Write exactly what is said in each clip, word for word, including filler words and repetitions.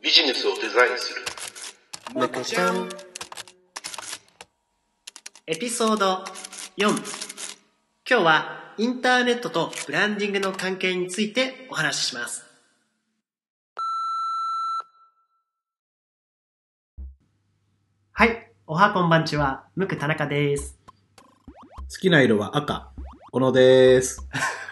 ビジネスをデザインするむかちゃん。エピソードよん。今日はインターネットとブランディングの関係についてお話しします。はい、おはこんばんちは、むく田中です。 好きな色は赤、小野です。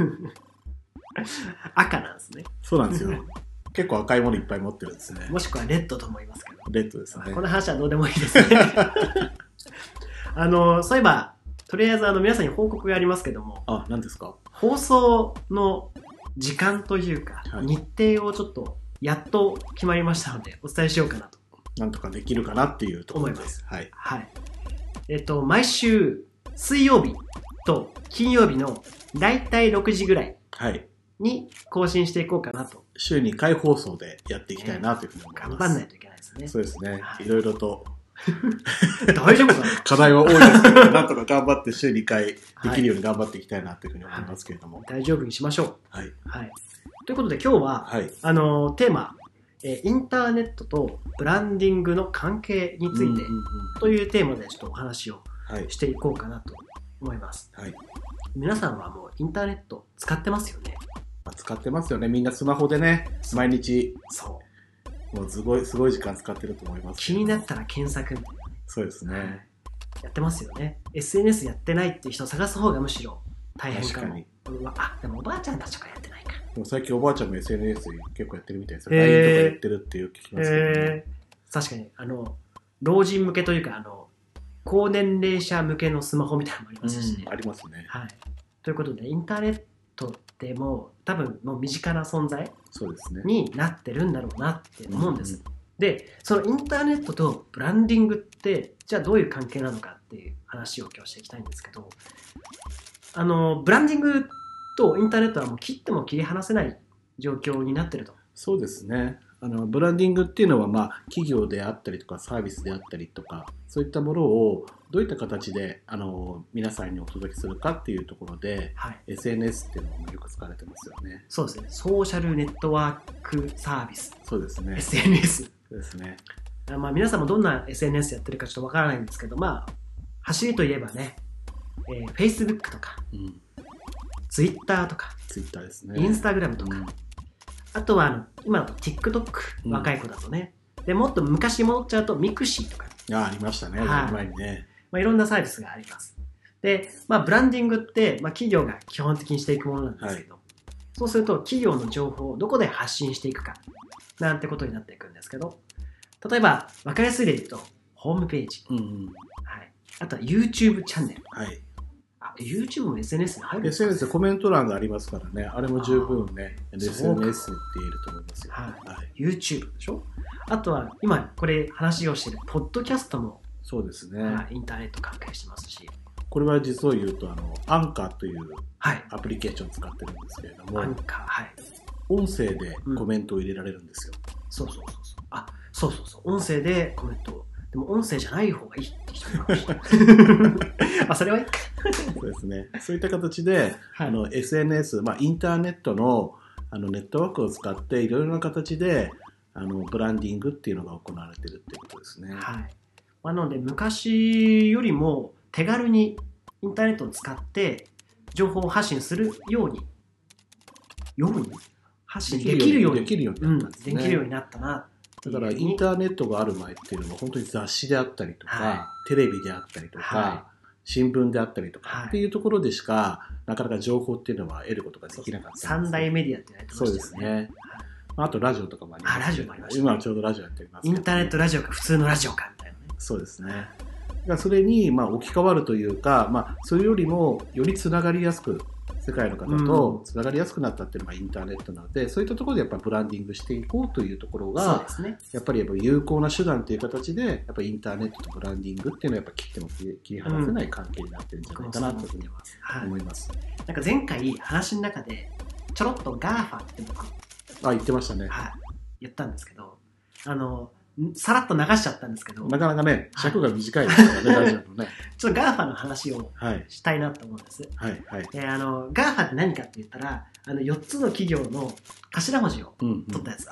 赤なんですね。 そうなんですよ。結構赤いものいっぱい持ってるんですね。 もしくはレッドと思いますけど。 レッドですね。 この話はどうでもいいですね。あの、そういえば、とりあえずあの皆さんに報告がありますけども。 あ、何ですか？ 放送の時間というか、 はい、 日程をちょっとやっと決まりましたので、お伝えしようかなと。 なんとかできるかなっていうところです。 はい。はい。えっと、毎週水曜日と金曜日のだいたいろくじぐらいに更新していこうかなと。 週にかい放送でやっていきたいなというふうに思います。 頑張んないといけないですね。 そうですね。はい、いろいろと大丈夫かな課題は多いですけど、なんとか頑張って週にかいできるように頑張っていきたいなというふうに思いますけれども。 はいはい、大丈夫にしましょう。 はい。 はい。ということで今日は、はい、あの、テーマ、えインターネットとブランディングの関係についてというテーマでちょっとお話をしていこうかなと思います。はい、皆さんはもうインターネット使ってますよね。 使ってますよね。みんなスマホでね、毎日、そう。もうすごい、すごい時間使ってると思います。 気になったら検索みたいな。 そうですね、はい。 やってますよね。エスエヌエス やってないっていう人を探す方がむしろ大変かも。確かに。あ、でもおばあちゃんたちとかやってないか。 でも最近おばあちゃんも エスエヌエス 結構やってるみたいですよ。ライン とかやってるっていう聞きますけどね。 えー、確かに、あの、老人向けというか、あの、高年齢者向けのスマホみたいなのもありますしね。 うん、ありますね。 はい。ということで、インターネットってもう多分もう身近な存在になってるんだろうなって思うんです。うんうん、で、そのインターネットとブランディングってじゃあどういう関係なのかっていう話を今日していきたいんですけど、あのブランディングとインターネットはもう切っても切り離せない状況になってると。 そうですね。あのブランディングっていうのは、まあ、企業であったりとかサービスであったりとかそういったものをどういった形であの皆さんにお届けするかっていうところで、はい、エスエヌエス っていうのもよく使われてますよね。 そうですね。ソーシャルネットワークサービス。 そうですね。 エスエヌエス。 そうですね。 まあ皆さんもどんな エスエヌエス やってるかちょっとわからないんですけど、まあ走りといえばね、えー、Facebook とか、うん、Twitter とか、 Twitter ですね。 Instagram とか。うん、あとはあの今だと TikTok、うん、若い子だとね。でもっと昔戻っちゃうと Mixi とか。 あ、ありましたね。はい、前にね。 まあ、いろんなサービスがあります。で、まあ、ブランディングって、まあ、企業が基本的にしていくものなんですけど、はい、そうすると企業の情報をどこで発信していくかなんてことになっていくんですけど、例えば分かりやすいで言うとホームページ、うんうん、はい、あとは YouTube チャンネル、はい、あ YouTube も エスエヌエス に入るんですか、ね、 エスエヌエス でコメント欄がありますからね、あれも十分ね エスエヌエス って言えると思いますよ、 はいはい、YouTube でしょ。あとは今これ話をしているポッドキャストもそうですね、 はい、インターネット関係してますし、 これは実を言うとあのアンカーというアプリケーションを使ってるんですけれども、 はい、アンカー、はい、 音声でコメントを入れられるんですよ、うん、 そうそうそうそう、あ、そうそうそう、音声でコメントを、でも音声じゃない方がいいって人もいるかもしれないあ、それはいいかそうですね、そういった形で、はい、あの エスエヌエス、まあ、インターネットの、あのネットワークを使っていろいろな形であのブランディングっていうのが行われているっていうことですね。 はい。なので昔よりも手軽にインターネットを使って情報を発信するようにように発信できるようにできるようになったんですね。 できるようになったな。 だからインターネットがある前っていうのは本当に雑誌であったりとか、はい、テレビであったりとか、はい、新聞であったりとかっていうところでしか、はい、なかなか情報っていうのは得ることができなかったんです。 三大メディアってやってましたよね。 そうですね。あとラジオとかもあります、ね。 あ、ラジオもありました、ね。 今はちょうどラジオやっております、 ね。インターネットラジオか普通のラジオかみたいなね。 そうですね。それにまあ置き換わるというか、まあ、それよりもよりつながりやすく世界の方とつながりやすくなったっていうのがインターネットなので、うん、そういったところでやっぱブランディングしていこうというところが、そうですね、やっぱりやっぱ有効な手段という形でやっぱりインターネットとブランディングっていうのはやっぱ切っても切り離せない関係になってるんじゃないかなというふうに思います。 はい、なんか前回話の中でちょろっと ガーファ って僕あ言ってましたね。 はい、言ったんですけど、あのさらっと流しちゃったんですけど、 なかなかね尺が短いですからね、ラジオのね。 ちょっと ガーファ の話をしたいなと思うんです。はいはい。で、あの ガーファ って何かって言ったら、あのよっつの企業の頭文字を取ったやつなんです。うんうん、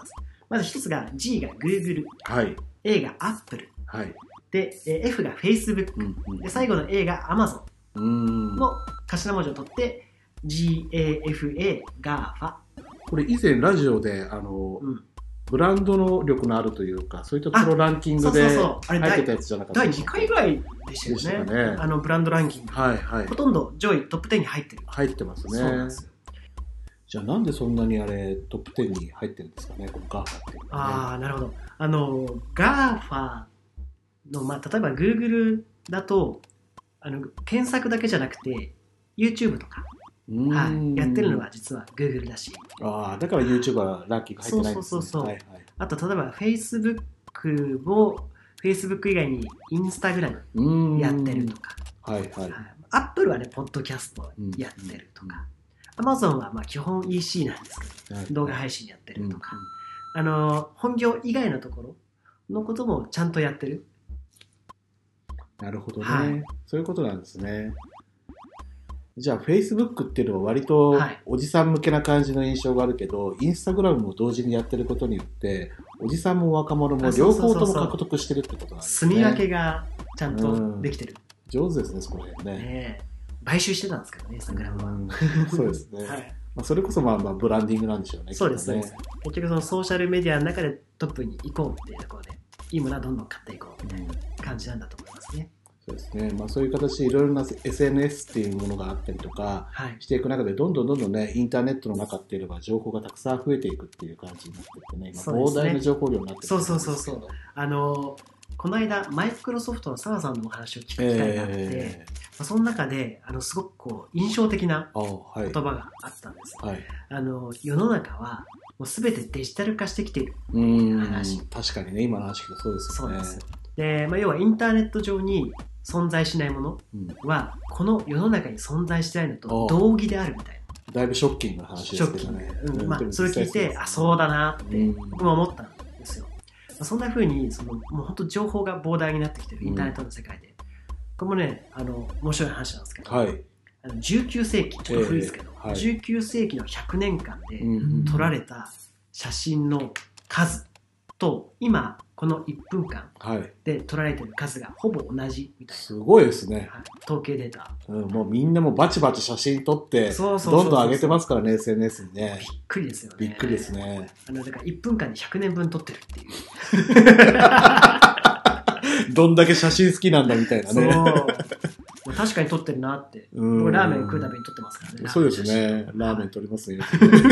まず一つが G が Google、 はい、 A が Apple、 はい、 で F が Facebook、うんうん、で最後の A が Amazon の頭文字を取って ジーエーエフエー ガーファ。 これ以前ラジオであの、うん、ブランドの力のあるというかそういったところランキングで入ってたやつじゃなかっただいにかいぐらいでしたよ ね, ねあのブランドランキング、はいはい、ほとんど上位トップじゅうに入ってる。 入ってますね。そうなんですよ。じゃあなんでそんなにあれトップじゅうに入ってるんですかね、このガーファっていうのは、ね、 ああなるほど。あのガーファの、まあ、例えば Google だとあの検索だけじゃなくて YouTube とか、はい、やってるのが実は Google だし、 ああだから YouTube はランキング入ってないんですね。 そうそうそうそう、はいはい、あと例えば Facebook を Facebook 以外に Instagram やってるとか、はいはいはい、Apple はねポッドキャストやってるとか、うん、Amazon はまあ基本 イーシー なんですけど、はい、動画配信やってるとか、うん、あの本業以外のところのこともちゃんとやってる。 なるほどね、はい、そういうことなんですね。じゃあ Facebook っていうのは割とおじさん向けな感じの印象があるけど、はい、Instagram も同時にやってることによっておじさんも若者も両方とも獲得してるってことなんですね。 住み分けがちゃんとできてる、 うん、上手ですねそこら辺ね。 ね買収してたんですけどね、Instagram は、うん、 そうですね、はい、まあ、それこそまあまあブランディングなんでしょうね。 そうですね。結局そのソーシャルメディアの中でトップに行こうっていうところでいいものはどんどん買っていこうみたいな感じなんだと思いますね。 そうですね。まあ、そういう形でいろいろな エスエヌエス っていうものがあったりとかしていく中で、どんどんどんどんね、インターネットの中っていうのが情報がたくさん増えていくっていう感じになっていってね、今膨大な情報量になっているんですけど。 そうそうそうそう。あの、この間、マイクロソフトの澤さんのお話を聞く機会があって、えーまあ、その中で、あの、すごくこう、印象的な言葉があったんです。はい、あの、世の中は、もう全てデジタル化してきているっていう話。 うん確かにね、今の話聞くとそうですよね。そうです。 で、まあ、要はインターネット上に存在しないものは、この世の中に存在してないのと同義であるみたいな。 だいぶショッキングな話ですけどね。 うん、まあ、それ聞いて、あ、そうだなって僕も思ったんですよ。まあ、そんな風にそのもう本当情報が膨大になってきてるインターネットの世界で、うん、これもね、あの面白い話なんですけど、はい、あのじゅうきゅうせいき、ちょっと古いですけど、えーはい、じゅうきゅうせいきのひゃくねんかんで撮られた写真の数と今このいっぷんかんで撮られてる数がほぼ同じみたいな、 すごいですね、 はい、統計データ、 うん、もうみんなもバチバチ写真撮ってどんどん上げてますからね、 エスエヌエス にね。 びっくりですよね。 びっくりですね。 あのだからいっぷんかんでひゃくねんぶん撮ってるっていうどんだけ写真好きなんだみたいなね。 そう確かに撮ってるなって。僕ラーメン食うたびに撮ってますからね。 そうですね、ラーメン撮りますね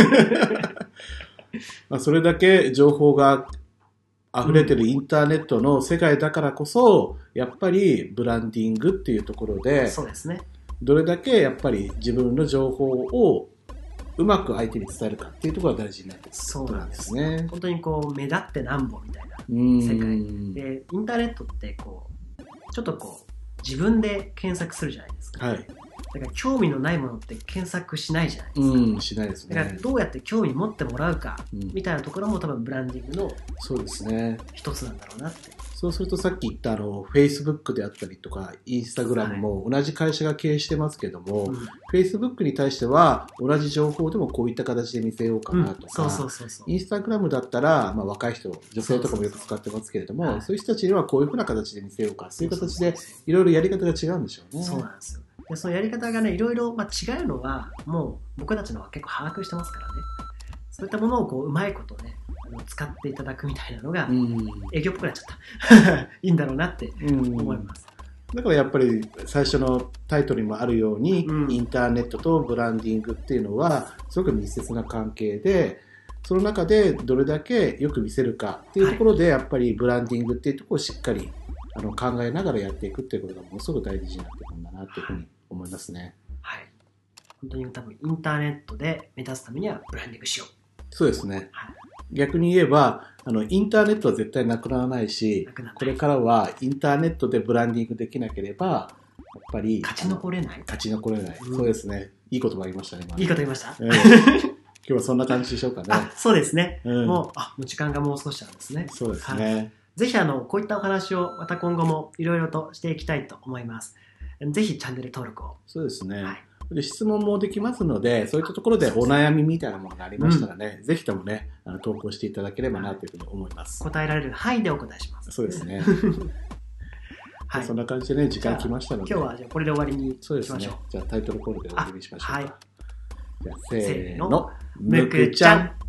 まあそれだけ情報が溢れてるインターネットの世界だからこそ、やっぱりブランディングっていうところで、 そうですね、 どれだけやっぱり自分の情報をうまく相手に伝えるかっていうところが大事になってくることなんですね。 本当にこう目立ってなんぼみたいな世界で、インターネットってこうちょっとこう自分で検索するじゃないですか。はい。だから興味のないものって検索しないじゃないですか。うん、しないですね。だからどうやって興味持ってもらうかみたいなところも多分ブランディングのそうですね一つなんだろうなって。 そうするとさっき言ったあの Facebook であったりとか Instagram も同じ会社が経営してますけども、はい、Facebook に対しては同じ情報でもこういった形で見せようかなとか、Instagram だったら、まあ、若い人女性とかもよく使ってますけれども、そうそうそうそういう人たちにはこういうふうな形で見せようか、そういう形でいろいろやり方が違うんでしょうね。 そうなんですよ。でそのやり方がねいろいろ、まあ、違うのはもう僕たちのは結構把握してますからね。そういったものをこううまいことねあの使っていただくみたいなのが、うん、営業っぽくなっちゃったいいんだろうなって思います、 うん、だからやっぱり最初のタイトルにもあるように、うん、インターネットとブランディングっていうのはすごく密接な関係で、その中でどれだけよく見せるかっていうところで、はい、やっぱりブランディングっていうところをしっかりあの考えながらやっていくっていうことがものすごく大事になってくるんだなっていうふうに思いますね。 はい。本当に多分インターネットで目指すためにはブランディングしよう。 そうですね。はい、逆に言えばあのインターネットは絶対なくならないし、なくならない、これからはインターネットでブランディングできなければやっぱり勝ち残れない。 勝ち残れない。うん、そうですね。いい言葉言いましたね。今いいこと言いました。えー、 今日はそんな感じでしょうかね。 あ、そうですね。うん、もうあもう時間がもう少しなんですね。 そうですね。はい、 ぜひあのこういったお話をまた今後もいろいろとしていきたいと思います。ぜひチャンネル登録を。 そうですね。はい、 で質問もできますので、そういったところでお悩みみたいなものがありましたらね、うん、ぜひともね、あの投稿していただければなというふうに思います。 答えられる範囲でお答えします。 そうですね。はい、そんな感じでね、時間来ましたので。 今日はじゃあこれで終わりにしましょう。そうですね。 じゃあタイトルコールで終わりにしましょうか。 はい。 じゃあせーの、むくちゃん。